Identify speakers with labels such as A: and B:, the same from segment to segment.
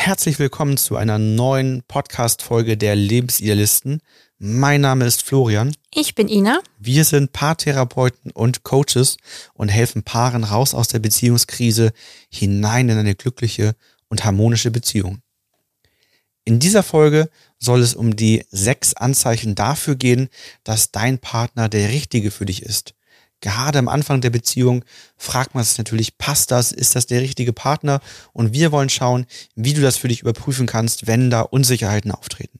A: Herzlich willkommen zu einer neuen Podcast-Folge der Lebensidealisten. Mein Name ist Florian.
B: Ich bin Ina.
A: Wir sind Paartherapeuten und Coaches und helfen Paaren raus aus der Beziehungskrise hinein in eine glückliche und harmonische Beziehung. In dieser Folge soll es um die 6 Anzeichen dafür gehen, dass dein Partner der Richtige für dich ist. Gerade am Anfang der Beziehung fragt man sich natürlich, passt das, ist das der richtige Partner? Und wir wollen schauen, wie du das für dich überprüfen kannst, wenn da Unsicherheiten auftreten.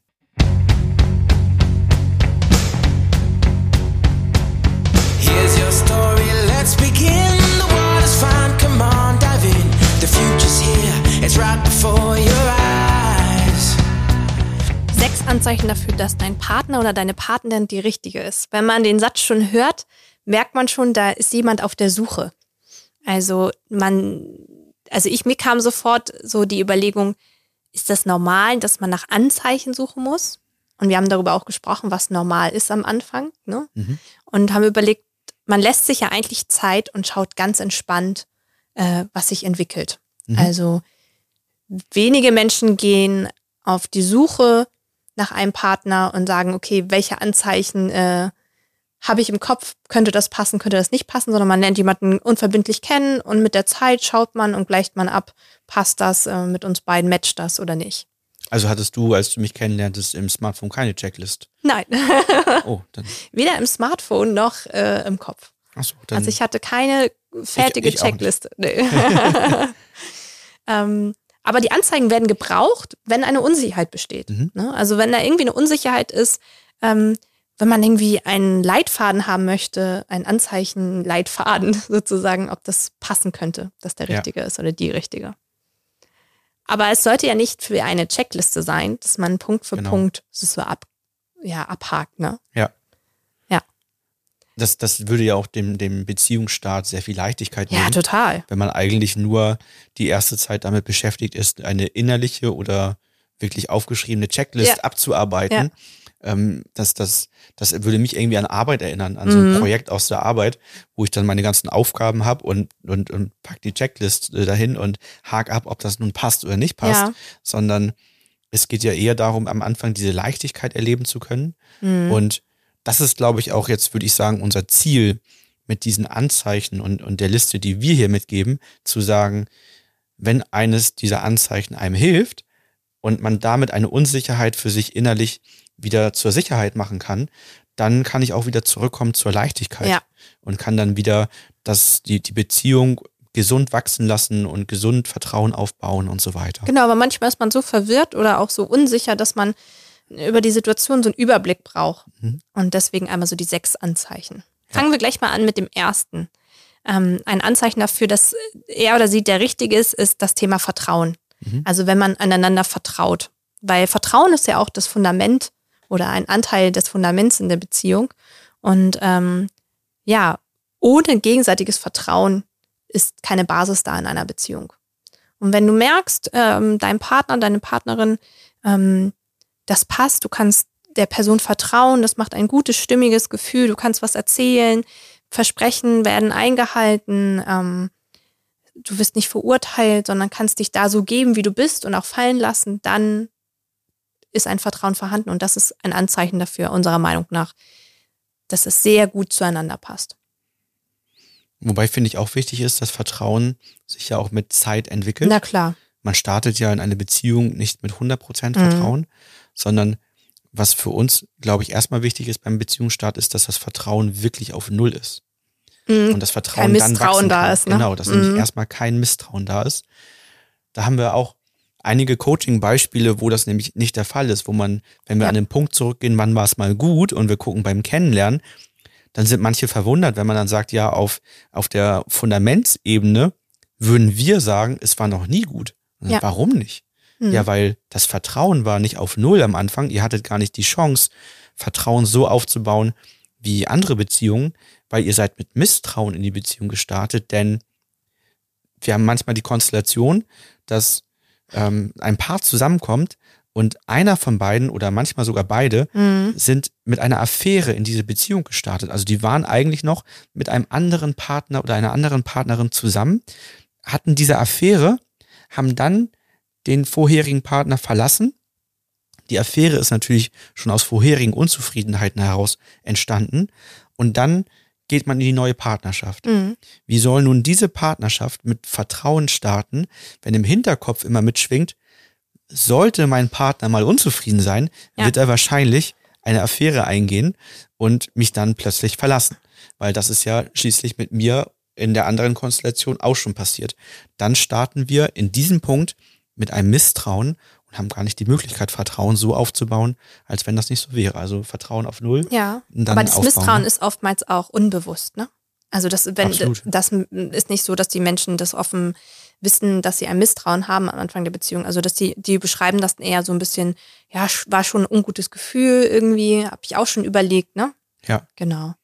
C: Here's your story, let's begin. The water's fine, come on, dive in. The future's here, it's right before your eyes.
B: 6 Anzeichen dafür, dass dein Partner oder deine Partnerin die Richtige ist. Wenn man den Satz schon hört, merkt man schon, da ist jemand auf der Suche. Mir kam sofort so die Überlegung, ist das normal, dass man nach Anzeichen suchen muss? Und wir haben darüber auch gesprochen, was normal ist am Anfang. Ne? Und haben überlegt, man lässt sich ja eigentlich Zeit und schaut ganz entspannt, was sich entwickelt. Also wenige Menschen gehen auf die Suche nach einem Partner und sagen, okay, welche Anzeichen habe ich im Kopf, könnte das passen, könnte das nicht passen, sondern man lernt jemanden unverbindlich kennen und mit der Zeit schaut man und gleicht man ab, passt das mit uns beiden, matcht das oder nicht.
A: Also hattest du, als du mich kennenlerntest, im Smartphone keine Checklist?
B: Nein.
A: Oh, dann.
B: Weder im Smartphone noch im Kopf.
A: Ach so, dann.
B: Also ich hatte keine fertige
A: ich
B: Checkliste. Nee. Aber die Anzeigen werden gebraucht, wenn eine Unsicherheit besteht. Ne? Also wenn da irgendwie eine Unsicherheit ist, wenn man irgendwie einen Leitfaden haben möchte, einen Anzeichen-Leitfaden sozusagen, ob das passen könnte, dass der Richtige ist oder die Richtige. Aber es sollte ja nicht für eine Checkliste sein, dass man Punkt für Punkt so abhakt. Ne?
A: Ja.
B: Ja.
A: Das würde ja auch dem Beziehungsstart sehr viel Leichtigkeit geben.
B: Ja, total.
A: Wenn man eigentlich nur die erste Zeit damit beschäftigt ist, eine innerliche oder wirklich aufgeschriebene Checklist abzuarbeiten. Ja. Das würde mich irgendwie an Arbeit erinnern, an so ein Projekt aus der Arbeit, wo ich dann meine ganzen Aufgaben habe und pack die Checklist dahin und hake ab, ob das nun passt oder nicht passt, sondern es geht ja eher darum, am Anfang diese Leichtigkeit erleben zu können. Und das ist, glaube ich, auch jetzt, würde ich sagen, unser Ziel mit diesen Anzeichen und der Liste, die wir hier mitgeben, zu sagen, wenn eines dieser Anzeichen einem hilft und man damit eine Unsicherheit für sich innerlich wieder zur Sicherheit machen kann, dann kann ich auch wieder zurückkommen zur Leichtigkeit und kann dann wieder die Beziehung gesund wachsen lassen und gesund Vertrauen aufbauen und so weiter.
B: Genau, aber manchmal ist man so verwirrt oder auch so unsicher, dass man über die Situation so einen Überblick braucht. Und deswegen einmal so die 6 Anzeichen. Fangen wir gleich mal an mit dem ersten. Ein Anzeichen dafür, dass er oder sie der Richtige ist das Thema Vertrauen. Also wenn man aneinander vertraut. Weil Vertrauen ist ja auch das Fundament oder ein Anteil des Fundaments in der Beziehung. Und ohne gegenseitiges Vertrauen ist keine Basis da in einer Beziehung. Und wenn du merkst, dein Partner, deine Partnerin, das passt, du kannst der Person vertrauen, das macht ein gutes, stimmiges Gefühl, du kannst was erzählen, Versprechen werden eingehalten, du wirst nicht verurteilt, sondern kannst dich da so geben, wie du bist und auch fallen lassen, dann ist ein Vertrauen vorhanden und das ist ein Anzeichen dafür, unserer Meinung nach, dass es sehr gut zueinander passt.
A: Wobei, finde ich, auch wichtig ist, dass Vertrauen sich ja auch mit Zeit entwickelt.
B: Na klar.
A: Man startet ja in eine Beziehung nicht mit 100% Vertrauen, sondern was für uns, glaube ich, erstmal wichtig ist beim Beziehungsstart, ist, dass das Vertrauen wirklich auf 0 ist. Und das Vertrauen dann wachsen
B: da
A: kann.
B: Ist, ne?
A: Genau, dass nämlich erstmal kein Misstrauen da ist. Da haben wir auch einige Coaching-Beispiele, wo das nämlich nicht der Fall ist, wo man, wenn wir an den Punkt zurückgehen, wann war es mal gut und wir gucken beim Kennenlernen, dann sind manche verwundert, wenn man dann sagt, ja, auf der Fundamentsebene würden wir sagen, es war noch nie gut. Warum nicht? Ja, weil das Vertrauen war nicht auf 0 am Anfang. Ihr hattet gar nicht die Chance, Vertrauen so aufzubauen wie andere Beziehungen, weil ihr seid mit Misstrauen in die Beziehung gestartet, denn wir haben manchmal die Konstellation, dass ein Paar zusammenkommt und einer von beiden oder manchmal sogar beide sind mit einer Affäre in diese Beziehung gestartet. Also die waren eigentlich noch mit einem anderen Partner oder einer anderen Partnerin zusammen, hatten diese Affäre, haben dann den vorherigen Partner verlassen. Die Affäre ist natürlich schon aus vorherigen Unzufriedenheiten heraus entstanden. Und dann geht man in die neue Partnerschaft. Wie soll nun diese Partnerschaft mit Vertrauen starten, wenn im Hinterkopf immer mitschwingt, sollte mein Partner mal unzufrieden sein, wird er wahrscheinlich eine Affäre eingehen und mich dann plötzlich verlassen. Weil das ist ja schließlich mit mir in der anderen Konstellation auch schon passiert. Dann starten wir in diesem Punkt mit einem Misstrauen und haben gar nicht die Möglichkeit, Vertrauen so aufzubauen, als wenn das nicht so wäre. Also Vertrauen auf Null.
B: Ja,
A: und dann
B: aber das
A: aufbauen.
B: Misstrauen ist oftmals auch unbewusst, ne? Also das
A: Absolut.
B: ist nicht so, dass die Menschen das offen wissen, dass sie ein Misstrauen haben am Anfang der Beziehung. Also dass die beschreiben das eher so ein bisschen, ja, war schon ein ungutes Gefühl irgendwie, habe ich auch schon überlegt, ne?
A: Ja.
B: Genau.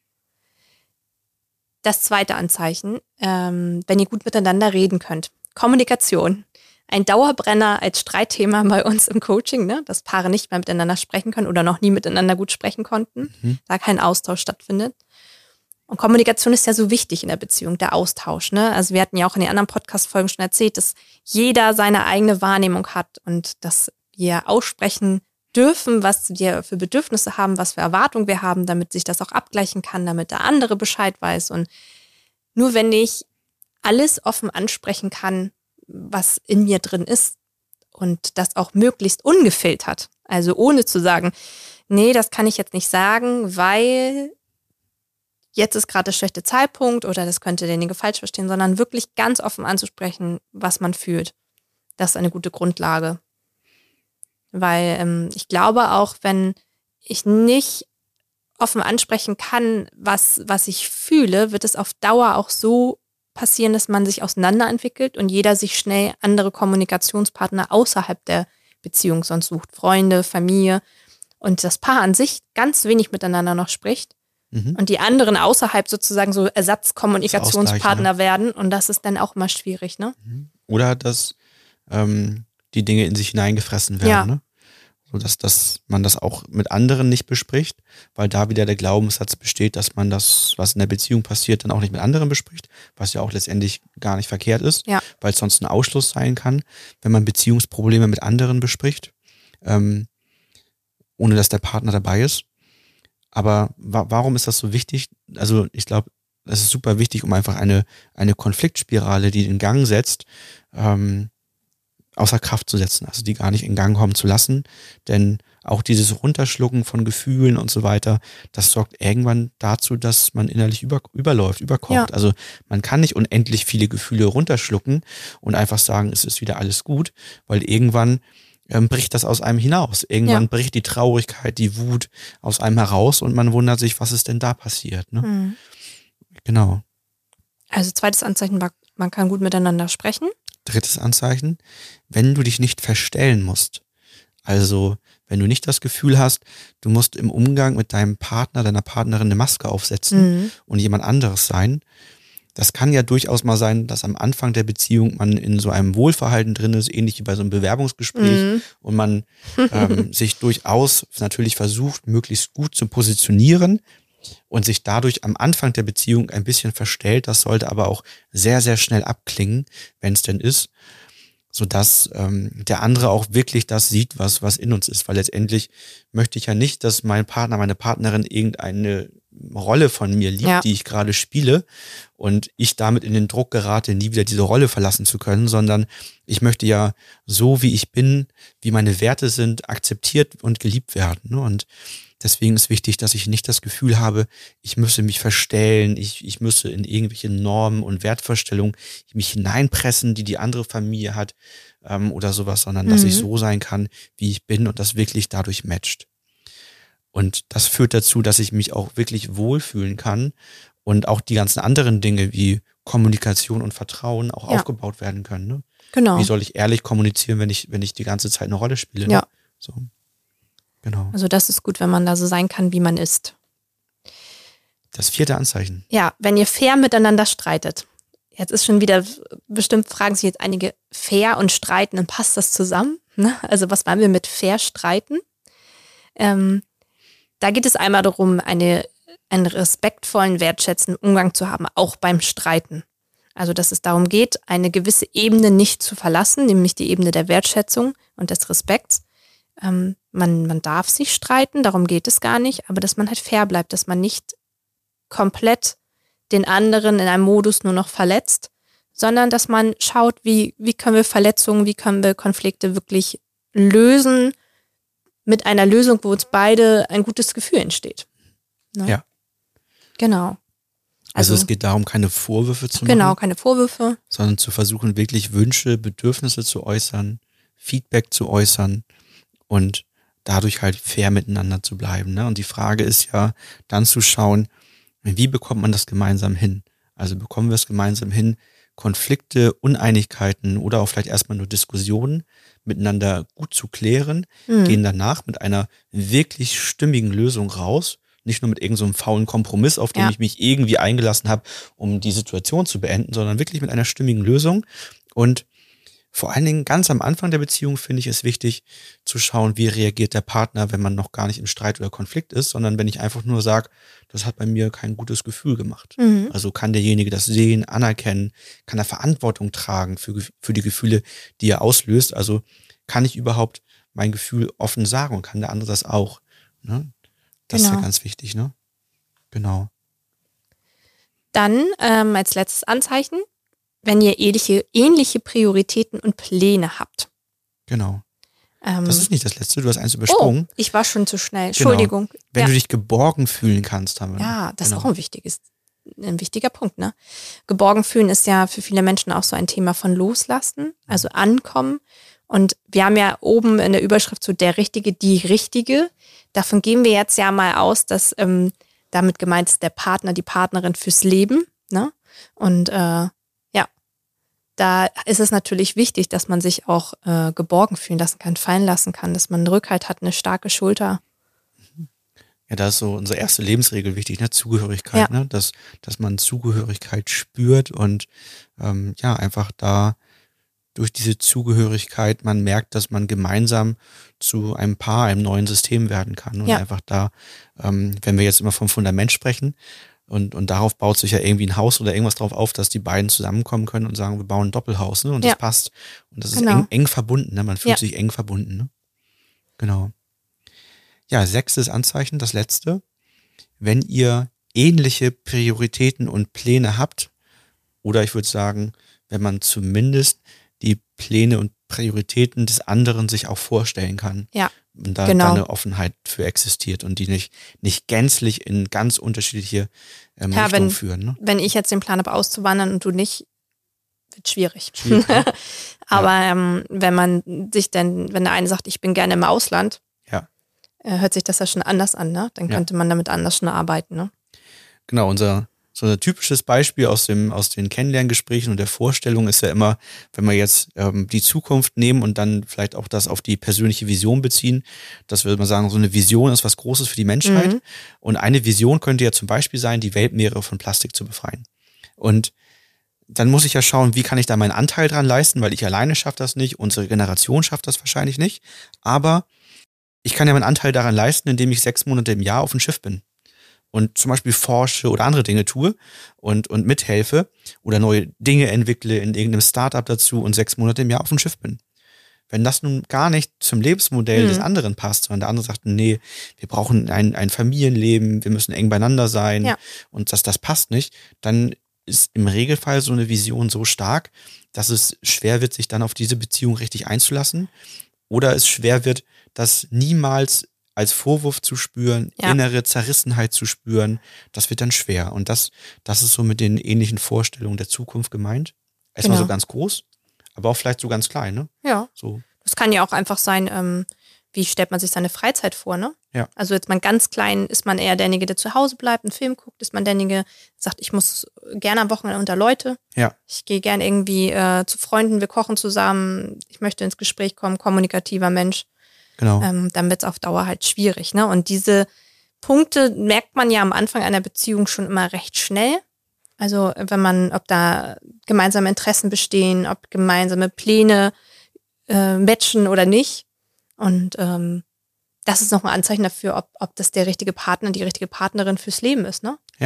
B: Das zweite Anzeichen, wenn ihr gut miteinander reden könnt. Kommunikation. Ein Dauerbrenner als Streitthema bei uns im Coaching, ne? Dass Paare nicht mehr miteinander sprechen können oder noch nie miteinander gut sprechen konnten, da kein Austausch stattfindet. Und Kommunikation ist ja so wichtig in der Beziehung, der Austausch, ne? Also wir hatten ja auch in den anderen Podcast-Folgen schon erzählt, dass jeder seine eigene Wahrnehmung hat und dass wir aussprechen dürfen, was wir für Bedürfnisse haben, was für Erwartungen wir haben, damit sich das auch abgleichen kann, damit der andere Bescheid weiß. Und nur wenn ich alles offen ansprechen kann, was in mir drin ist und das auch möglichst ungefiltert, also ohne zu sagen, nee, das kann ich jetzt nicht sagen, weil jetzt ist gerade der schlechte Zeitpunkt oder das könnte derjenige falsch verstehen, sondern wirklich ganz offen anzusprechen, was man fühlt. Das ist eine gute Grundlage. Weil ich glaube auch, wenn ich nicht offen ansprechen kann, was ich fühle, wird es auf Dauer auch so passieren, dass man sich auseinanderentwickelt und jeder sich schnell andere Kommunikationspartner außerhalb der Beziehung sonst sucht. Freunde, Familie. Und das Paar an sich ganz wenig miteinander noch spricht. Und die anderen außerhalb sozusagen so Ersatzkommunikationspartner werden. Und das ist dann auch immer schwierig, ne?
A: Oder dass die Dinge in sich hineingefressen werden, ne? So dass man das auch mit anderen nicht bespricht, weil da wieder der Glaubenssatz besteht, dass man das, was in der Beziehung passiert, dann auch nicht mit anderen bespricht, was ja auch letztendlich gar nicht verkehrt ist, weil es sonst ein Ausschluss sein kann, wenn man Beziehungsprobleme mit anderen bespricht, ohne dass der Partner dabei ist. Aber warum ist das so wichtig? Also ich glaube, das ist super wichtig, um einfach eine Konfliktspirale, die in Gang setzt, außer Kraft zu setzen, also die gar nicht in Gang kommen zu lassen, denn auch dieses Runterschlucken von Gefühlen und so weiter, das sorgt irgendwann dazu, dass man innerlich überläuft, überkocht. Ja. Also man kann nicht unendlich viele Gefühle runterschlucken und einfach sagen, es ist wieder alles gut, weil irgendwann bricht das aus einem hinaus. Irgendwann bricht die Traurigkeit, die Wut aus einem heraus und man wundert sich, was ist denn da passiert. Ne? Genau.
B: Also zweites Anzeichen, man kann gut miteinander sprechen.
A: Drittes Anzeichen, wenn du dich nicht verstellen musst. Also wenn du nicht das Gefühl hast, du musst im Umgang mit deinem Partner, deiner Partnerin eine Maske aufsetzen und jemand anderes sein. Das kann ja durchaus mal sein, dass am Anfang der Beziehung man in so einem Wohlverhalten drin ist, ähnlich wie bei so einem Bewerbungsgespräch und man sich durchaus natürlich versucht, möglichst gut zu positionieren und sich dadurch am Anfang der Beziehung ein bisschen verstellt. Das sollte aber auch sehr, sehr schnell abklingen, wenn es denn ist, sodass der andere auch wirklich das sieht, was in uns ist. Weil letztendlich möchte ich ja nicht, dass mein Partner, meine Partnerin irgendeine Rolle von mir liebt, die ich gerade spiele und ich damit in den Druck gerate, nie wieder diese Rolle verlassen zu können, sondern ich möchte ja so, wie ich bin, wie meine Werte sind, akzeptiert und geliebt werden. Und deswegen ist wichtig, dass ich nicht das Gefühl habe, ich müsse mich verstellen, ich müsse in irgendwelche Normen und Wertvorstellungen mich hineinpressen, die andere Familie hat oder sowas, sondern dass ich so sein kann, wie ich bin und das wirklich dadurch matcht. Und das führt dazu, dass ich mich auch wirklich wohlfühlen kann und auch die ganzen anderen Dinge wie Kommunikation und Vertrauen auch aufgebaut werden können. Ne?
B: Genau.
A: Wie soll ich ehrlich kommunizieren, wenn ich die ganze Zeit eine Rolle spiele? Ne?
B: Ja.
A: So. Genau.
B: Also das ist gut, wenn man da so sein kann, wie man ist.
A: Das vierte Anzeichen.
B: Ja, wenn ihr fair miteinander streitet. Jetzt ist schon wieder, bestimmt fragen sich jetzt einige, fair und streiten, dann passt das zusammen? Ne? Also was meinen wir mit fair streiten? Da geht es einmal darum, einen respektvollen, wertschätzenden Umgang zu haben, auch beim Streiten. Also, dass es darum geht, eine gewisse Ebene nicht zu verlassen, nämlich die Ebene der Wertschätzung und des Respekts. Man darf sich streiten, darum geht es gar nicht, aber dass man halt fair bleibt, dass man nicht komplett den anderen in einem Modus nur noch verletzt, sondern dass man schaut, wie können wir Verletzungen, wie können wir Konflikte wirklich lösen mit einer Lösung, wo uns beide ein gutes Gefühl entsteht. Ne?
A: Ja.
B: Genau.
A: Also es geht darum, keine Vorwürfe zu machen.
B: Genau, keine Vorwürfe.
A: Sondern zu versuchen, wirklich Wünsche, Bedürfnisse zu äußern, Feedback zu äußern und dadurch halt fair miteinander zu bleiben. Ne? Und die Frage ist ja, dann zu schauen, wie bekommt man das gemeinsam hin? Also bekommen wir es gemeinsam hin, Konflikte, Uneinigkeiten oder auch vielleicht erstmal nur Diskussionen miteinander gut zu klären, gehen danach mit einer wirklich stimmigen Lösung raus, nicht nur mit irgendeinem so faulen Kompromiss, auf den ich mich irgendwie eingelassen habe, um die Situation zu beenden, sondern wirklich mit einer stimmigen Lösung. Und vor allen Dingen ganz am Anfang der Beziehung finde ich es wichtig zu schauen, wie reagiert der Partner, wenn man noch gar nicht im Streit oder Konflikt ist, sondern wenn ich einfach nur sage, das hat bei mir kein gutes Gefühl gemacht. Also kann derjenige das sehen, anerkennen, kann er Verantwortung tragen für die Gefühle, die er auslöst. Also kann ich überhaupt mein Gefühl offen sagen und kann der andere das auch. Ne? Das ist ja ganz wichtig, ne? Genau.
B: Dann als letztes Anzeichen, wenn ihr ähnliche Prioritäten und Pläne habt.
A: Genau. Das ist nicht das Letzte, du hast eins übersprungen.
B: Oh, ich war schon zu schnell. Entschuldigung.
A: Genau. Wenn du dich geborgen fühlen kannst, haben wir.
B: Ja, das ist auch ein wichtiger Punkt, ne? Geborgen fühlen ist ja für viele Menschen auch so ein Thema von Loslassen, also Ankommen. Und wir haben ja oben in der Überschrift so der Richtige, die Richtige. Davon gehen wir jetzt ja mal aus, dass damit gemeint ist der Partner, die Partnerin fürs Leben, ne? Und da ist es natürlich wichtig, dass man sich auch geborgen fühlen lassen kann, fallen lassen kann, dass man einen Rückhalt hat, eine starke Schulter.
A: Ja, da ist so unsere erste Lebensregel wichtig, ne? Zugehörigkeit, ne? Dass man Zugehörigkeit spürt und einfach da durch diese Zugehörigkeit man merkt, dass man gemeinsam zu einem Paar, einem neuen System werden kann. Und einfach da, wenn wir jetzt immer vom Fundament sprechen, und darauf baut sich ja irgendwie ein Haus oder irgendwas drauf auf, dass die beiden zusammenkommen können und sagen, wir bauen ein Doppelhaus, ne? Und das passt. Und das ist eng verbunden, ne? Man fühlt sich eng verbunden, ne? Genau. Ja, 6. Anzeichen, das letzte. Wenn ihr ähnliche Prioritäten und Pläne habt, oder ich würde sagen, wenn man zumindest die Pläne und Prioritäten des anderen sich auch vorstellen kann.
B: Ja.
A: Und da eine Offenheit für existiert und die nicht gänzlich in ganz unterschiedliche Richtungen führen. Ne?
B: Wenn ich jetzt den Plan habe, auszuwandern und du nicht, wird schwierig. Ne? Aber wenn der eine sagt, ich bin gerne im Ausland, hört sich das ja schon anders an, ne? Dann könnte man damit anders schon arbeiten, ne?
A: Genau, so ein typisches Beispiel aus den Kennenlerngesprächen und der Vorstellung ist ja immer, wenn wir jetzt die Zukunft nehmen und dann vielleicht auch das auf die persönliche Vision beziehen, dass wir mal sagen, so eine Vision ist was Großes für die Menschheit. Und eine Vision könnte ja zum Beispiel sein, die Weltmeere von Plastik zu befreien. Und dann muss ich ja schauen, wie kann ich da meinen Anteil dran leisten, weil ich alleine schaffe das nicht, unsere Generation schafft das wahrscheinlich nicht. Aber ich kann ja meinen Anteil daran leisten, indem ich 6 Monate im Jahr auf dem Schiff bin. Und zum Beispiel forsche oder andere Dinge tue und mithelfe oder neue Dinge entwickle in irgendeinem Startup dazu und 6 Monate im Jahr auf dem Schiff bin. Wenn das nun gar nicht zum Lebensmodell des anderen passt, sondern der andere sagt, nee, wir brauchen ein Familienleben, wir müssen eng beieinander sein und das passt nicht, dann ist im Regelfall so eine Vision so stark, dass es schwer wird, sich dann auf diese Beziehung richtig einzulassen oder es schwer wird, das niemals als Vorwurf zu spüren, innere Zerrissenheit zu spüren, das wird dann schwer. Und das ist so mit den ähnlichen Vorstellungen der Zukunft gemeint. Erstmal so ganz groß, aber auch vielleicht so ganz klein, ne?
B: Ja.
A: So.
B: Das kann ja auch einfach sein, wie stellt man sich seine Freizeit vor, ne?
A: Ja.
B: Also jetzt mal ganz klein, ist man eher derjenige, der zu Hause bleibt, einen Film guckt, ist man derjenige, der sagt, ich muss gerne am Wochenende unter Leute.
A: Ja.
B: Ich gehe gerne irgendwie zu Freunden, wir kochen zusammen, ich möchte ins Gespräch kommen, kommunikativer Mensch.
A: Genau.
B: Dann wird es auf Dauer halt schwierig, ne? Und diese Punkte merkt man ja am Anfang einer Beziehung schon immer recht schnell. Also ob da gemeinsame Interessen bestehen, ob gemeinsame Pläne matchen oder nicht. Und das ist noch ein Anzeichen dafür, ob das der richtige Partner, die richtige Partnerin fürs Leben ist, ne?
A: Ja.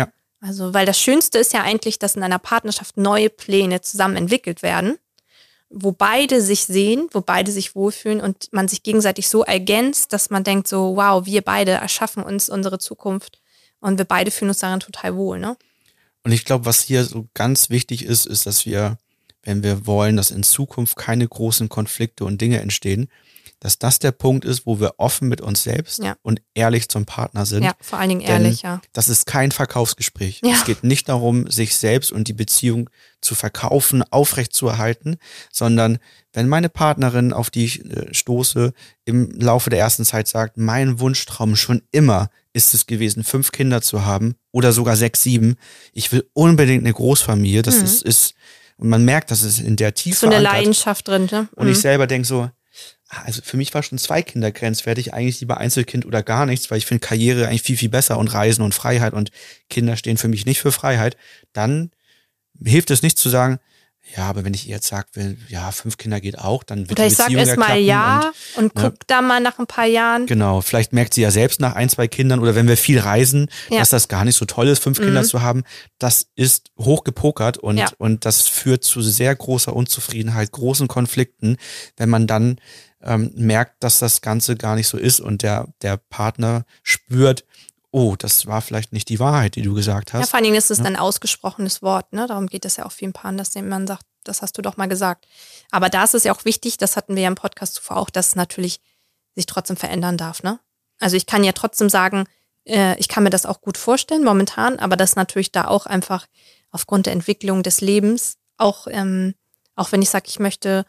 B: Also, weil das Schönste ist ja eigentlich, dass in einer Partnerschaft neue Pläne zusammen entwickelt werden, wo beide sich sehen, wo beide sich wohlfühlen und man sich gegenseitig so ergänzt, dass man denkt so, wow, wir beide erschaffen uns unsere Zukunft und wir beide fühlen uns darin total wohl, ne?
A: Und ich glaube, was hier so ganz wichtig ist, ist, dass wir, wenn wir wollen, dass in Zukunft keine großen Konflikte und Dinge entstehen, dass das der Punkt ist, wo wir offen mit uns selbst und ehrlich zum Partner sind.
B: Ja, vor allen Dingen ehrlich,
A: Denn das ist kein Verkaufsgespräch.
B: Ja.
A: Es geht nicht darum, sich selbst und die Beziehung zu verkaufen, aufrechtzuerhalten, sondern wenn meine Partnerin, auf die ich stoße, im Laufe der ersten Zeit sagt, mein Wunschtraum schon immer ist es gewesen, 5 Kinder zu haben oder sogar 6, 7. Ich will unbedingt eine Großfamilie. Das ist, und man merkt, dass es in der Tiefe
B: so eine Leidenschaft drin, ne?
A: Und ich selber denke so, also für mich war schon 2 Kinder grenzwertig, eigentlich lieber Einzelkind oder gar nichts, weil ich finde Karriere eigentlich viel, viel besser und Reisen und Freiheit und Kinder stehen für mich nicht für Freiheit. Dann hilft es nicht zu sagen, ja, aber wenn ich ihr jetzt sagen will, ja, 5 Kinder geht auch, dann wird
B: oder
A: die Beziehung
B: ich sag erst mal ja und
A: ne,
B: guck da mal nach ein paar Jahren.
A: Genau, vielleicht merkt sie ja selbst nach 1, 2 Kindern oder wenn wir viel reisen, dass das gar nicht so toll ist, 5 Kinder zu haben. Das ist hochgepokert und das führt zu sehr großer Unzufriedenheit, großen Konflikten, wenn man dann merkt, dass das Ganze gar nicht so ist und der Partner spürt, oh, das war vielleicht nicht die Wahrheit, die du gesagt hast.
B: Ja, vor allen Dingen ist es ein ausgesprochenes Wort, ne? Darum geht es ja auch vielen Paaren, dass man sagt, das hast du doch mal gesagt. Aber da ist es ja auch wichtig, das hatten wir ja im Podcast zuvor auch, dass es natürlich sich trotzdem verändern darf, ne? Also ich kann ja trotzdem sagen, ich kann mir das auch gut vorstellen momentan, aber das natürlich da auch einfach aufgrund der Entwicklung des Lebens, auch wenn ich sage, ich möchte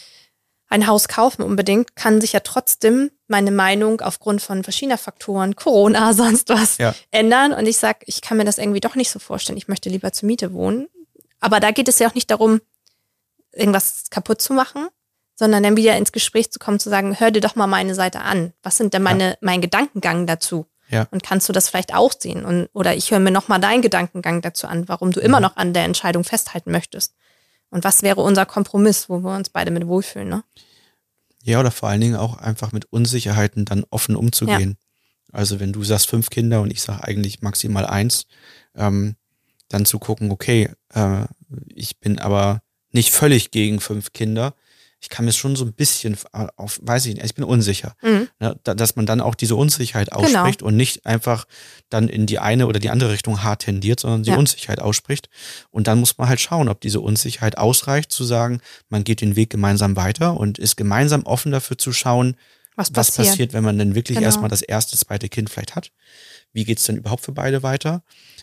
B: ein Haus kaufen unbedingt, kann sich ja trotzdem meine Meinung aufgrund von verschiedener Faktoren, Corona, sonst was, ändern. Und ich sage, ich kann mir das irgendwie doch nicht so vorstellen. Ich möchte lieber zur Miete wohnen. Aber da geht es ja auch nicht darum, irgendwas kaputt zu machen, sondern dann wieder ins Gespräch zu kommen, zu sagen, hör dir doch mal meine Seite an. Was sind denn mein Gedankengang dazu? Ja. Und kannst du das vielleicht auch sehen? Oder ich höre mir noch mal deinen Gedankengang dazu an, warum du immer noch an der Entscheidung festhalten möchtest. Und was wäre unser Kompromiss, wo wir uns beide mit wohlfühlen, ne?
A: Ja, oder vor allen Dingen auch einfach mit Unsicherheiten dann offen umzugehen. Ja. Also wenn du sagst 5 Kinder und ich sage eigentlich maximal 1, dann zu gucken, okay, ich bin aber nicht völlig gegen 5 Kinder. Ich kann mir schon so ein bisschen weiß ich nicht, ich bin unsicher. Ne, dass man dann auch diese Unsicherheit ausspricht und nicht einfach dann in die eine oder die andere Richtung hart tendiert, sondern die Unsicherheit ausspricht. Und dann muss man halt schauen, ob diese Unsicherheit ausreicht, zu sagen, man geht den Weg gemeinsam weiter und ist gemeinsam offen dafür zu schauen, was passiert, wenn man dann wirklich erstmal das erste, zweite Kind vielleicht hat. Wie geht's denn überhaupt für beide weiter?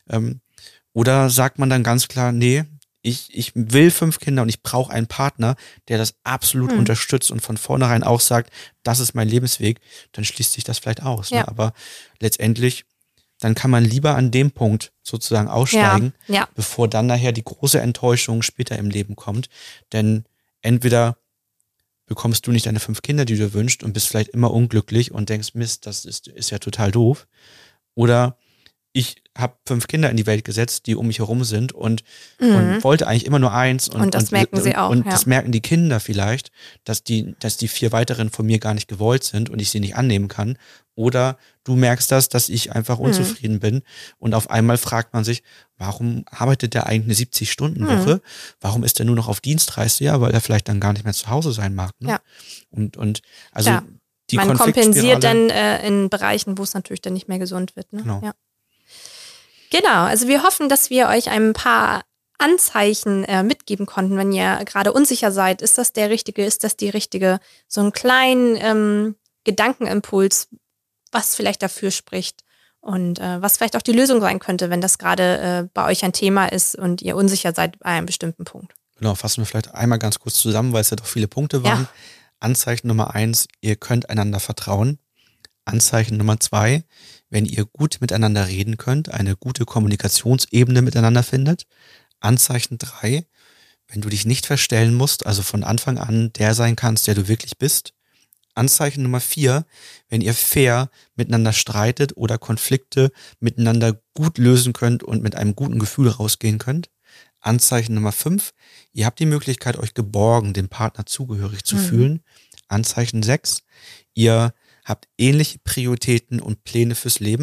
A: Oder sagt man dann ganz klar, nee, ich will 5 Kinder und ich brauche einen Partner, der das absolut unterstützt und von vornherein auch sagt, das ist mein Lebensweg, dann schließt sich das vielleicht aus. Ja. Ne? Aber letztendlich, dann kann man lieber an dem Punkt sozusagen aussteigen, bevor dann nachher die große Enttäuschung später im Leben kommt. Denn entweder bekommst du nicht deine 5 Kinder, die du wünschst und bist vielleicht immer unglücklich und denkst, Mist, das ist ja total doof. Oder ich habe 5 Kinder in die Welt gesetzt, die um mich herum sind und wollte eigentlich immer nur 1.
B: Und das merken sie auch.
A: Und das merken die Kinder vielleicht, dass die 4 weiteren von mir gar nicht gewollt sind und ich sie nicht annehmen kann. Oder du merkst dass ich einfach unzufrieden bin. Und auf einmal fragt man sich, warum arbeitet der eigentlich eine 70-Stunden-Woche? Warum ist der nur noch auf Dienstreise? Ja, weil er vielleicht dann gar nicht mehr zu Hause sein mag. Ne? Ja. Und also die
B: man kompensiert dann in Bereichen, wo es natürlich dann nicht mehr gesund wird. Ne?
A: Genau.
B: Ja. Genau, also wir hoffen, dass wir euch ein paar Anzeichen mitgeben konnten, wenn ihr gerade unsicher seid. Ist das der richtige, ist das die richtige? So einen kleinen Gedankenimpuls, was vielleicht dafür spricht und was vielleicht auch die Lösung sein könnte, wenn das gerade bei euch ein Thema ist und ihr unsicher seid bei einem bestimmten Punkt.
A: Genau, fassen wir vielleicht einmal ganz kurz zusammen, weil es ja doch viele Punkte waren. Ja. Anzeichen Nummer 1, ihr könnt einander vertrauen. Anzeichen Nummer 2, wenn ihr gut miteinander reden könnt, eine gute Kommunikationsebene miteinander findet. Anzeichen 3, wenn du dich nicht verstellen musst, also von Anfang an der sein kannst, der du wirklich bist. Anzeichen Nummer 4, wenn ihr fair miteinander streitet oder Konflikte miteinander gut lösen könnt und mit einem guten Gefühl rausgehen könnt. Anzeichen Nummer 5, ihr habt die Möglichkeit, euch geborgen, dem Partner zugehörig zu fühlen. Anzeichen 6, ihr habt ähnliche Prioritäten und Pläne fürs Leben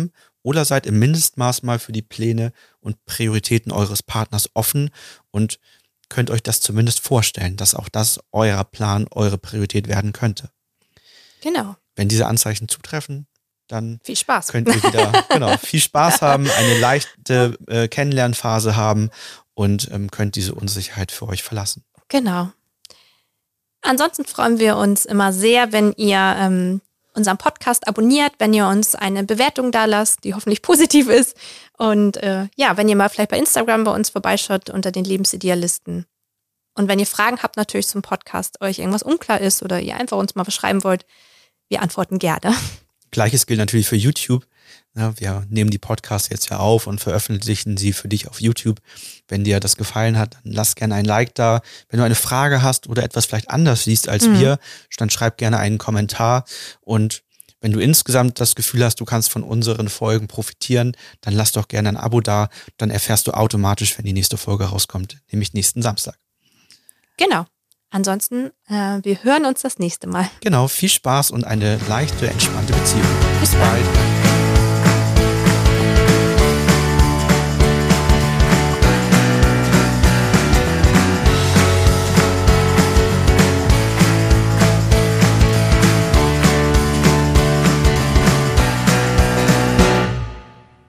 A: oder seid im Mindestmaß mal für die Pläne und Prioritäten eures Partners offen und könnt euch das zumindest vorstellen, dass auch das euer Plan, eure Priorität werden könnte.
B: Genau.
A: Wenn diese Anzeichen zutreffen, dann
B: viel Spaß.
A: Könnt ihr wieder viel Spaß haben, eine leichte Kennenlernphase haben und könnt diese Unsicherheit für euch verlassen.
B: Genau. Ansonsten freuen wir uns immer sehr, wenn ihr unseren Podcast abonniert, wenn ihr uns eine Bewertung da lasst, die hoffentlich positiv ist. Und wenn ihr mal vielleicht bei Instagram bei uns vorbeischaut unter den Lebensidealisten. Und wenn ihr Fragen habt natürlich zum Podcast, euch irgendwas unklar ist oder ihr einfach uns mal was schreiben wollt, wir antworten gerne.
A: Gleiches gilt natürlich für YouTube. Ja, wir nehmen die Podcasts jetzt ja auf und veröffentlichen sie für dich auf YouTube. Wenn dir das gefallen hat, dann lass gerne ein Like da. Wenn du eine Frage hast oder etwas vielleicht anders siehst als wir, dann schreib gerne einen Kommentar. Und wenn du insgesamt das Gefühl hast, du kannst von unseren Folgen profitieren, dann lass doch gerne ein Abo da. Dann erfährst du automatisch, wenn die nächste Folge rauskommt, nämlich nächsten Samstag.
B: Genau. Ansonsten, wir hören uns das nächste Mal.
A: Genau, viel Spaß und eine leichte, entspannte Beziehung. Bis bald.